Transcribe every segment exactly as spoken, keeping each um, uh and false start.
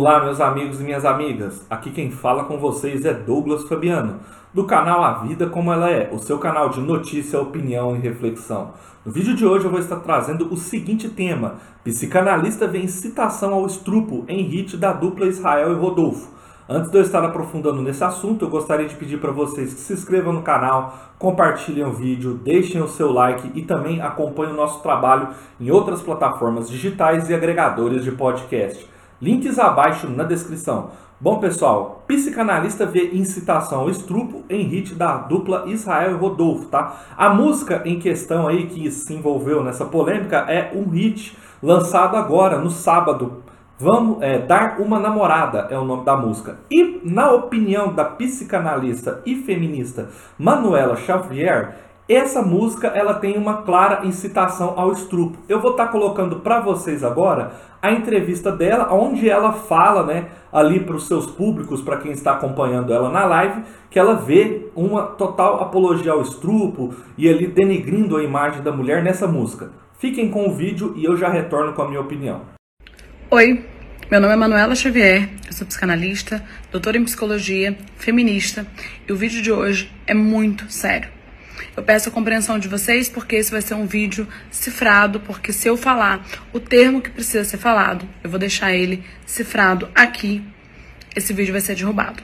Olá, meus amigos e minhas amigas. Aqui quem fala com vocês é Douglas Fabiano, do canal A Vida Como Ela É, o seu canal de notícia, opinião e reflexão. No vídeo de hoje eu vou estar trazendo o seguinte tema: psicanalista vê incitação ao estupro em hit da dupla Israel e Rodolfo. Antes de eu estar aprofundando nesse assunto, eu gostaria de pedir para vocês que se inscrevam no canal, compartilhem o vídeo, deixem o seu like e também acompanhem o nosso trabalho em outras plataformas digitais e agregadores de podcast. Links abaixo na descrição. Bom, pessoal, psicanalista vê incitação ao estupro em hit da dupla Israel e Rodolfo, tá? A música em questão aí que se envolveu nessa polêmica é um hit lançado agora, no sábado. Vamos é, Dar Uma Namorada é o nome da música. E na opinião da psicanalista e feminista Manuela Xavier, essa música ela tem uma clara incitação ao estupro. Eu vou estar colocando para vocês agora a entrevista dela, onde ela fala, né, ali para os seus públicos, para quem está acompanhando ela na live, que ela vê uma total apologia ao estupro e ali denigrindo a imagem da mulher nessa música. Fiquem com o vídeo e eu já retorno com a minha opinião. Oi, meu nome é Manuela Xavier, eu sou psicanalista, doutora em psicologia, feminista, e o vídeo de hoje é muito sério. Eu peço a compreensão de vocês porque esse vai ser um vídeo cifrado, porque se eu falar o termo que precisa ser falado, eu vou deixar ele cifrado aqui, esse vídeo vai ser derrubado.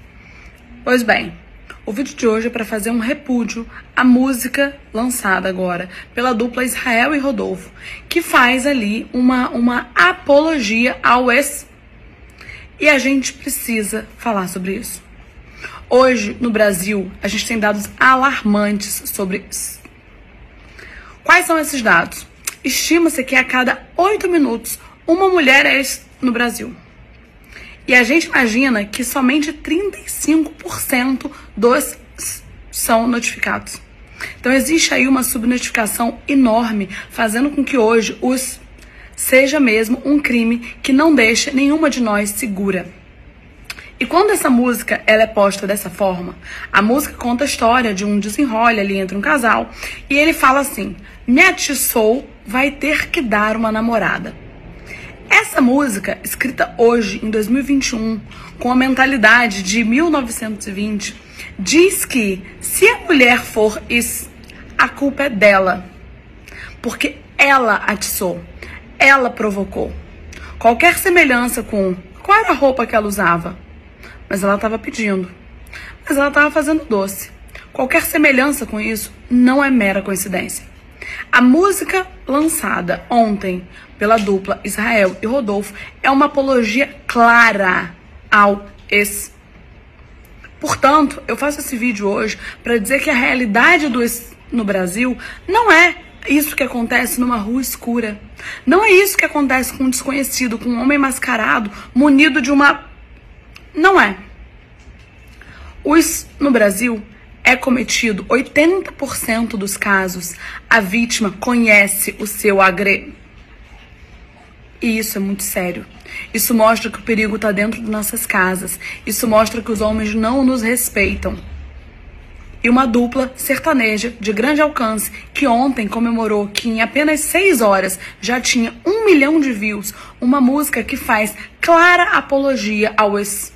Pois bem, o vídeo de hoje é para fazer um repúdio à música lançada agora pela dupla Israel e Rodolfo, que faz ali uma, uma apologia ao ex. E a gente precisa falar sobre isso. Hoje, no Brasil, a gente tem dados alarmantes sobre isso. Quais são esses dados? Estima-se que a cada oito minutos, uma mulher é ex no Brasil. E a gente imagina que somente trinta e cinco por cento dos são notificados. Então, existe aí uma subnotificação enorme, fazendo com que hoje os seja mesmo um crime que não deixa nenhuma de nós segura. E quando essa música ela é posta dessa forma, a música conta a história de um desenrole ali entre um casal, e ele fala assim: me atiçou, vai ter que dar uma namorada. Essa música, escrita hoje, em dois mil e vinte e um, com a mentalidade de mil novecentos e vinte, diz que se a mulher for isso, a culpa é dela. Porque ela atiçou, ela provocou. Qualquer semelhança com qual era a roupa que ela usava, mas ela estava pedindo, mas ela estava fazendo doce. Qualquer semelhança com isso não é mera coincidência. A música lançada ontem pela dupla Israel e Rodolfo é uma apologia clara ao ex. Portanto, eu faço esse vídeo hoje para dizer que a realidade do ex no Brasil não é isso que acontece numa rua escura. Não é isso que acontece com um desconhecido, com um homem mascarado, munido de uma... Não é. O ex no Brasil é cometido, oitenta por cento dos casos, a vítima conhece o seu agressor. E isso é muito sério. Isso mostra que o perigo está dentro de nossas casas. Isso mostra que os homens não nos respeitam. E uma dupla sertaneja de grande alcance, que ontem comemorou que em apenas seis horas já tinha um milhão de views, uma música que faz clara apologia ao ex,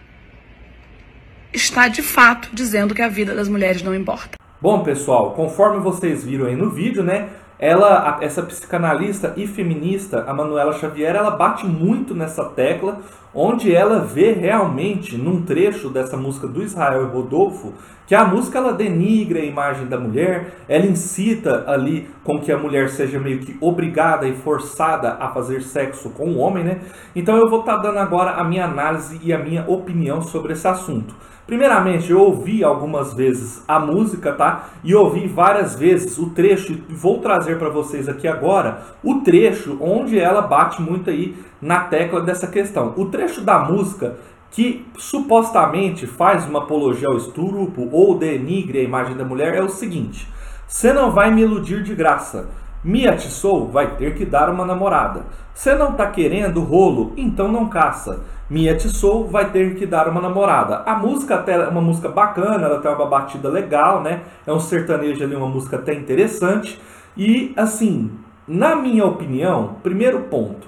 está de fato dizendo que a vida das mulheres não importa. Bom, pessoal, conforme vocês viram aí no vídeo, né, ela, essa psicanalista e feminista, a Manuela Xavier, ela bate muito nessa tecla, onde ela vê realmente, num trecho dessa música do Israel e Rodolfo, que a música ela denigra a imagem da mulher, ela incita ali com que a mulher seja meio que obrigada e forçada a fazer sexo com o homem, né? Então eu vou estar dando agora a minha análise e a minha opinião sobre esse assunto. Primeiramente, eu ouvi algumas vezes a música, tá? E ouvi várias vezes o trecho, e vou trazer para vocês aqui agora o trecho onde ela bate muito aí na tecla dessa questão. O trecho da música que supostamente faz uma apologia ao estupro ou denigre a imagem da mulher é o seguinte: você não vai me iludir de graça. Me atiçou, vai ter que dar uma namorada. Você não tá querendo rolo, então não caça. Me atiçou, vai ter que dar uma namorada. A música até é uma música bacana, ela tem uma batida legal, né? É um sertanejo ali, uma música até interessante. E assim, na minha opinião, primeiro ponto,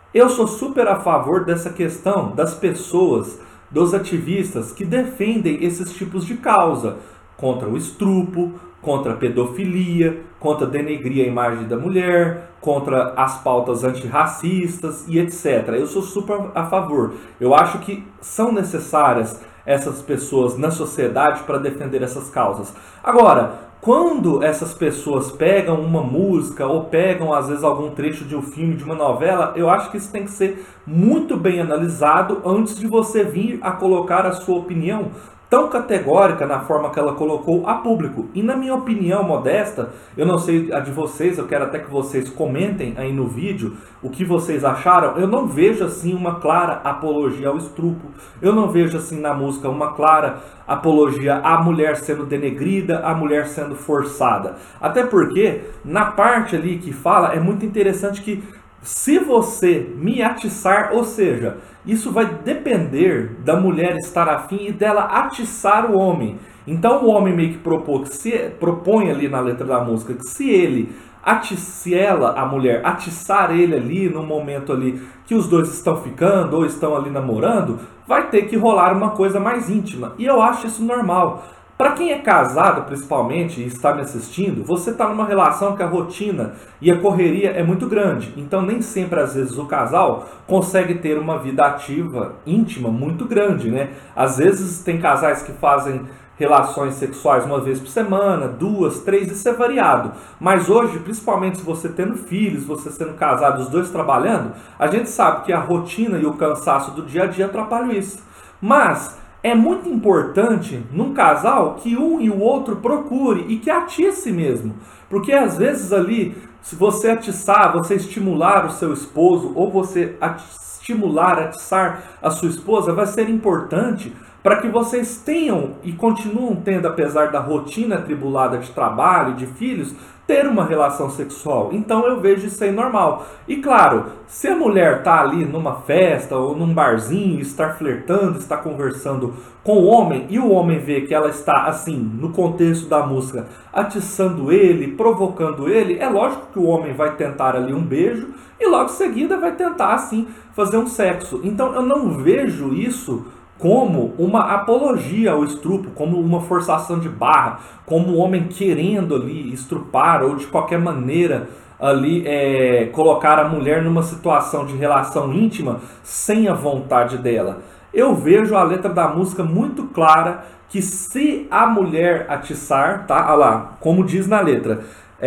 Eu sou super a favor dessa questão das pessoas, dos ativistas que defendem esses tipos de causa, contra o estupro, contra a pedofilia, contra denegrir a imagem da mulher, contra as pautas antirracistas e etcétera. Eu sou super a favor. Eu acho que são necessárias essas pessoas na sociedade para defender essas causas. Agora, quando essas pessoas pegam uma música ou pegam às vezes algum trecho de um filme, de uma novela, eu acho que isso tem que ser muito bem analisado antes de você vir a colocar a sua opinião tão categórica na forma que ela colocou a público. E na minha opinião modesta, eu não sei a de vocês, eu quero até que vocês comentem aí no vídeo o que vocês acharam. Eu não vejo assim uma clara apologia ao estupro, eu não vejo assim na música uma clara apologia à mulher sendo denegrida, à mulher sendo forçada. Até porque na parte ali que fala, é muito interessante que se você me atiçar, ou seja, isso vai depender da mulher estar afim e dela atiçar o homem. Então o homem meio que propõe, que se, propõe ali na letra da música que se ele, se ela, a mulher, atiçar ele ali no momento ali que os dois estão ficando ou estão ali namorando, vai ter que rolar uma coisa mais íntima. E eu acho isso normal. Para quem é casado, principalmente, e está me assistindo, você está numa relação que a rotina e a correria é muito grande. Então, nem sempre, às vezes, o casal consegue ter uma vida ativa, íntima, muito grande, né? Às vezes, tem casais que fazem relações sexuais uma vez por semana, duas, três, isso é variado. Mas hoje, principalmente se você tendo filhos, você sendo casado, os dois trabalhando, a gente sabe que a rotina e o cansaço do dia a dia atrapalham isso. Mas é muito importante num casal que um e o outro procure e que atice mesmo. Porque às vezes ali, se você atiçar, você estimular o seu esposo ou você estimular, atiçar a sua esposa, vai ser importante para que vocês tenham e continuam tendo, apesar da rotina atribulada de trabalho, de filhos, ter uma relação sexual. Então eu vejo isso aí normal. E claro, se a mulher está ali numa festa ou num barzinho, estar flertando, estar conversando com o homem, e o homem vê que ela está assim, no contexto da música, atiçando ele, provocando ele, é lógico que o homem vai tentar ali um beijo e logo em seguida vai tentar assim fazer um sexo. Então eu não vejo isso como uma apologia ao estupro, como uma forçação de barra, como o homem querendo ali estrupar ou de qualquer maneira ali é, colocar a mulher numa situação de relação íntima sem a vontade dela. Eu vejo a letra da música muito clara que se a mulher atiçar, tá? Olha lá, como diz na letra,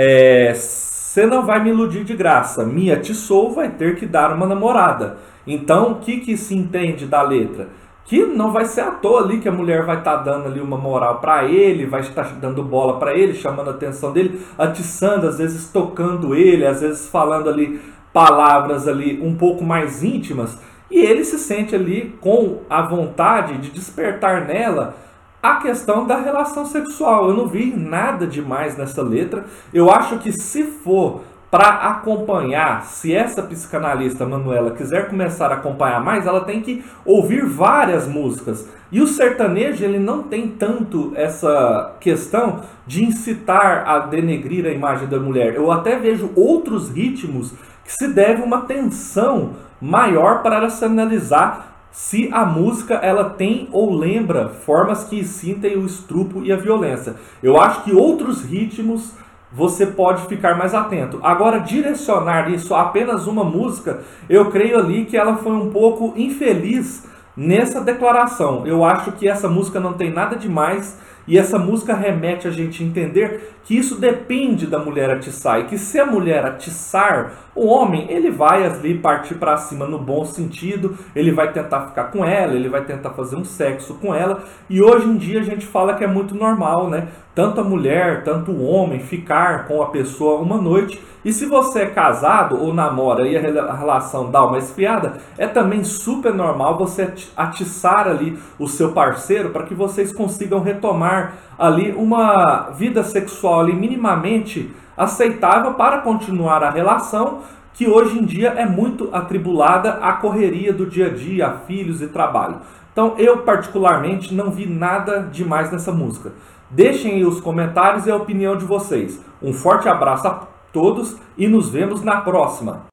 é, você não vai me iludir de graça, me atiçou, vai ter que dar uma namorada. Então, o que, que se entende da letra? Que não vai ser à toa ali que a mulher vai estar tá dando ali uma moral para ele, vai estar dando bola para ele, chamando a atenção dele, atiçando, às vezes tocando ele, às vezes falando ali palavras ali um pouco mais íntimas, e ele se sente ali com a vontade de despertar nela a questão da relação sexual. Eu não vi nada demais nessa letra. Eu acho que se for para acompanhar, se essa psicanalista Manuela quiser começar a acompanhar mais, ela tem que ouvir várias músicas. E o sertanejo, ele não tem tanto essa questão de incitar a denegrir a imagem da mulher. Eu até vejo outros ritmos que se deve uma atenção maior para se analisar se a música ela tem ou lembra formas que incitem o estupro e a violência. Eu acho que outros ritmos você pode ficar mais atento. Agora, direcionar isso a apenas uma música, eu creio ali que ela foi um pouco infeliz nessa declaração. Eu acho que essa música não tem nada demais e essa música remete a gente entender que isso depende da mulher atiçar e que se a mulher atiçar o homem, ele vai ali partir para cima no bom sentido, ele vai tentar ficar com ela, ele vai tentar fazer um sexo com ela, e hoje em dia a gente fala que é muito normal, né? Tanto a mulher, tanto o homem ficar com a pessoa uma noite, e se você é casado ou namora e a relação dá uma esfriada, é também super normal você atiçar ali o seu parceiro para que vocês consigam retomar ali uma vida sexual ali minimamente aceitável para continuar a relação, que hoje em dia é muito atribulada à correria do dia a dia, a filhos e trabalho. Então eu particularmente não vi nada demais nessa música. Deixem aí os comentários e a opinião de vocês. Um forte abraço a todos e nos vemos na próxima.